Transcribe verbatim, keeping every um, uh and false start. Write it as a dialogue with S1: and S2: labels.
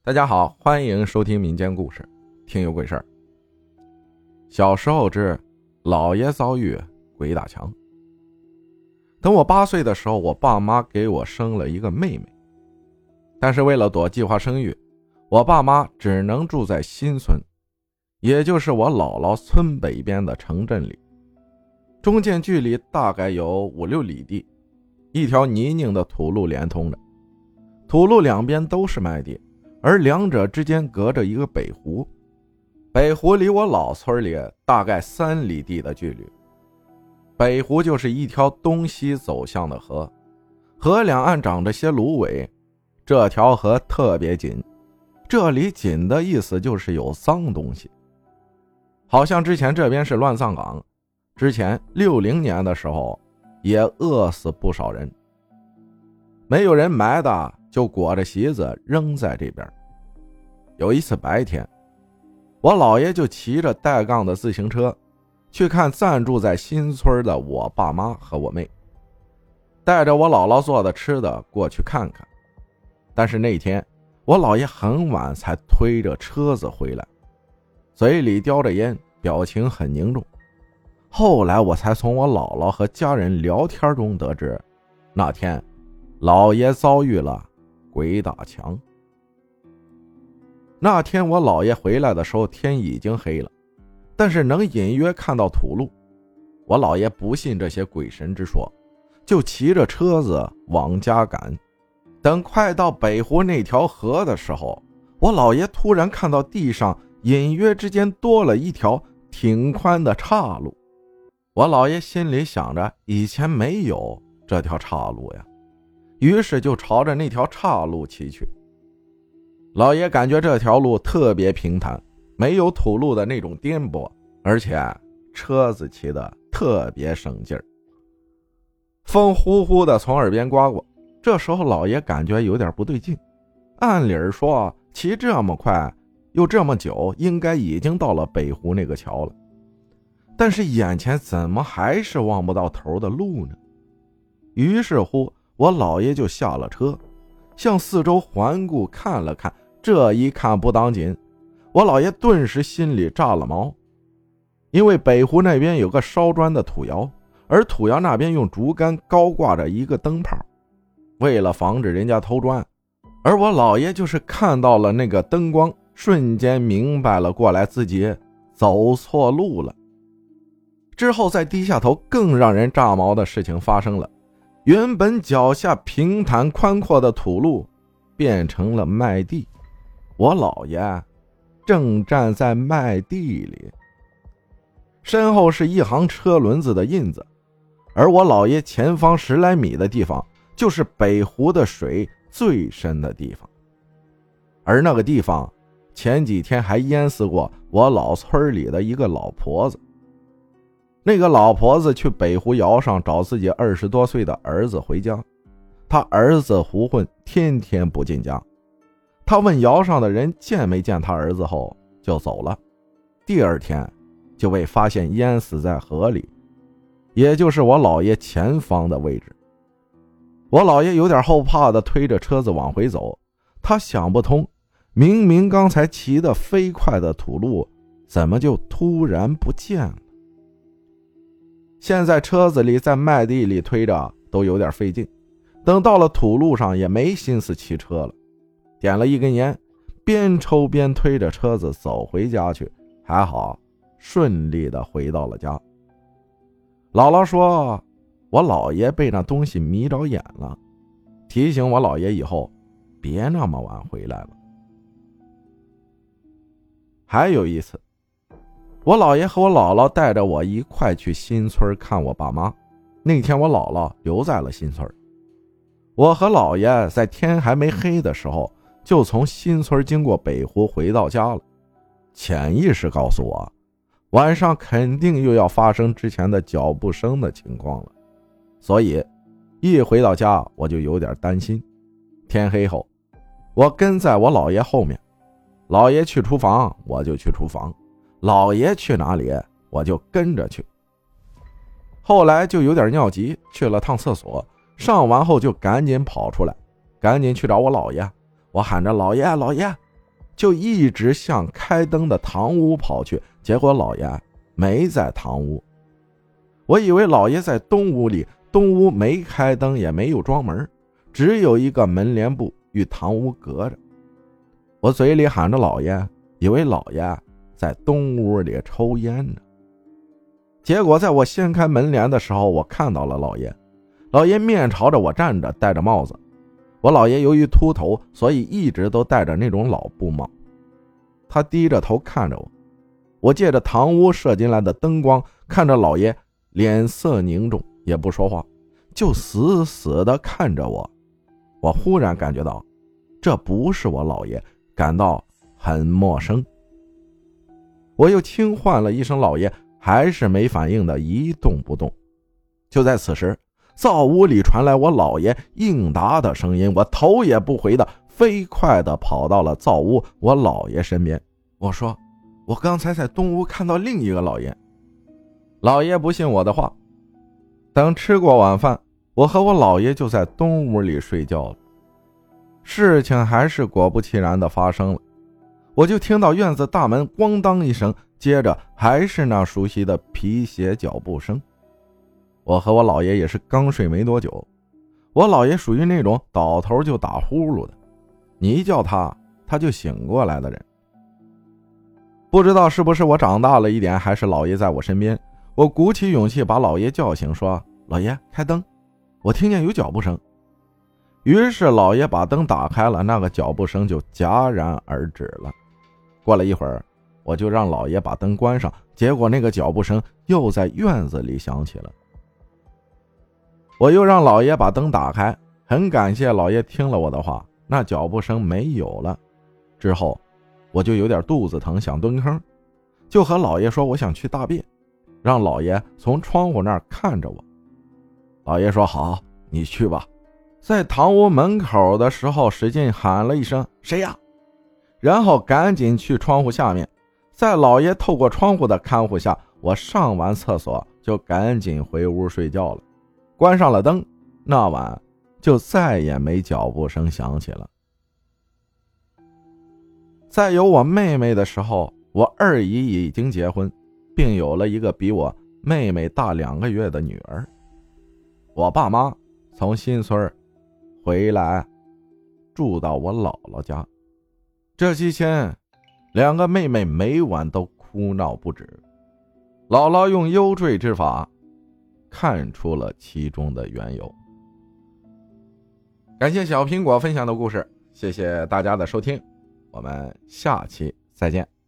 S1: 大家好，欢迎收听民间故事，听有鬼事儿。小时候之老爷遭遇鬼打墙。等我八岁的时候，我爸妈给我生了一个妹妹，但是为了躲计划生育，我爸妈只能住在新村，也就是我姥姥村北边的城镇里，中间距离大概有五六里地，一条泥泞的土路连通着，土路两边都是麦地，而两者之间隔着一个北湖，北湖离我老村里大概三里地的距离。北湖就是一条东西走向的河，河两岸长着些芦苇，这条河特别紧，这里紧的意思就是有脏东西，好像之前这边是乱葬岗，之前六零年的时候也饿死不少人，没有人埋的就裹着席子扔在这边。有一次白天，我姥爷就骑着带杠的自行车去看暂住在新村的我爸妈和我妹，带着我姥姥做的吃的过去看看。但是那天我姥爷很晚才推着车子回来，嘴里叼着烟，表情很凝重。后来我才从我姥姥和家人聊天中得知，那天姥爷遭遇了鬼打墙。那天我姥爷回来的时候天已经黑了，但是能隐约看到土路。我姥爷不信这些鬼神之说，就骑着车子往家赶。等快到北湖那条河的时候，我姥爷突然看到地上隐约之间多了一条挺宽的岔路。我姥爷心里想着以前没有这条岔路呀，于是就朝着那条岔路骑去。老爷感觉这条路特别平坦，没有土路的那种颠簸，而且车子骑得特别省劲儿。风呼呼的从耳边刮过，这时候老爷感觉有点不对劲，按理说骑这么快又这么久，应该已经到了北湖那个桥了，但是眼前怎么还是望不到头的路呢？于是乎我姥爷就下了车，向四周环顾看了看，这一看不当紧，我姥爷顿时心里炸了毛。因为北湖那边有个烧砖的土窑，而土窑那边用竹竿高挂着一个灯泡，为了防止人家偷砖，而我姥爷就是看到了那个灯光，瞬间明白了过来自己走错路了。之后再低下头，更让人炸毛的事情发生了，原本脚下平坦宽阔的土路变成了麦地，我姥爷正站在麦地里，身后是一行车轮子的印子，而我姥爷前方十来米的地方就是北湖的水最深的地方，而那个地方前几天还淹死过我老村里的一个老婆子。那个老婆子去北湖窑上找自己二十多岁的儿子回家，他儿子胡混，天天不进家。他问窑上的人见没见他儿子后就走了，第二天就被发现淹死在河里，也就是我姥爷前方的位置。我姥爷有点后怕的推着车子往回走，他想不通，明明刚才骑得飞快的土路怎么就突然不见了。现在车子里在麦地里推着都有点费劲，等到了土路上也没心思骑车了，点了一根烟，边抽边推着车子走回家去，还好顺利的回到了家。姥姥说我姥爷被那东西迷着眼了，提醒我姥爷以后别那么晚回来了。还有一次，我姥爷和我姥姥带着我一块去新村看我爸妈，那天我姥姥留在了新村，我和姥爷在天还没黑的时候就从新村经过北湖回到家了。潜意识告诉我，晚上肯定又要发生之前的脚步声的情况了，所以一回到家我就有点担心。天黑后，我跟在我姥爷后面，姥爷去厨房我就去厨房，姥爷去哪里我就跟着去。后来就有点尿急，去了趟厕所，上完后就赶紧跑出来，赶紧去找我姥爷。我喊着姥爷姥爷， 就一直向开灯的堂屋跑去，结果老爷没在堂屋。我以为老爷在东屋里，东屋没开灯也没有装门，只有一个门帘布与堂屋隔着。我嘴里喊着老爷，以为老爷在东屋里抽烟呢。结果在我掀开门帘的时候，我看到了老爷。老爷面朝着我站着，戴着帽子。我老爷由于秃头，所以一直都戴着那种老布帽。他低着头看着我，我借着堂屋射进来的灯光，看着老爷脸色凝重，也不说话，就死死地看着我。我忽然感觉到这不是我老爷，感到很陌生。我又轻唤了一声老爷，还是没反应的一动不动。就在此时，灶屋里传来我老爷应答的声音，我头也不回的飞快的跑到了灶屋我老爷身边。我说，我刚才在东屋看到另一个老爷。老爷不信我的话。等吃过晚饭，我和我老爷就在东屋里睡觉了。事情还是果不其然的发生了，我就听到院子大门咣当一声，接着还是那熟悉的皮鞋脚步声。我和我老爷也是刚睡没多久，我老爷属于那种倒头就打呼噜的，你一叫他他就醒过来的人。不知道是不是我长大了一点，还是老爷在我身边，我鼓起勇气把老爷叫醒，说，老爷开灯，我听见有脚步声。于是老爷把灯打开了，那个脚步声就戛然而止了。过了一会儿，我就让老爷把灯关上，结果那个脚步声又在院子里响起了。我又让老爷把灯打开，很感谢老爷听了我的话，那脚步声没有了。之后我就有点肚子疼，想蹲坑，就和老爷说我想去大便，让老爷从窗户那儿看着我。老爷说好，你去吧。在堂屋门口的时候使劲喊了一声，谁呀？然后赶紧去窗户下面，在老爷透过窗户的看护下，我上完厕所就赶紧回屋睡觉了。关上了灯，那晚就再也没脚步声响起了。在有我妹妹的时候，我二姨已经结婚，并有了一个比我妹妹大两个月的女儿。我爸妈从新村回来住到我姥姥家，这期间两个妹妹每晚都哭闹不止。姥姥用幽坠之法看出了其中的缘由。感谢小苹果分享的故事，谢谢大家的收听，我们下期再见。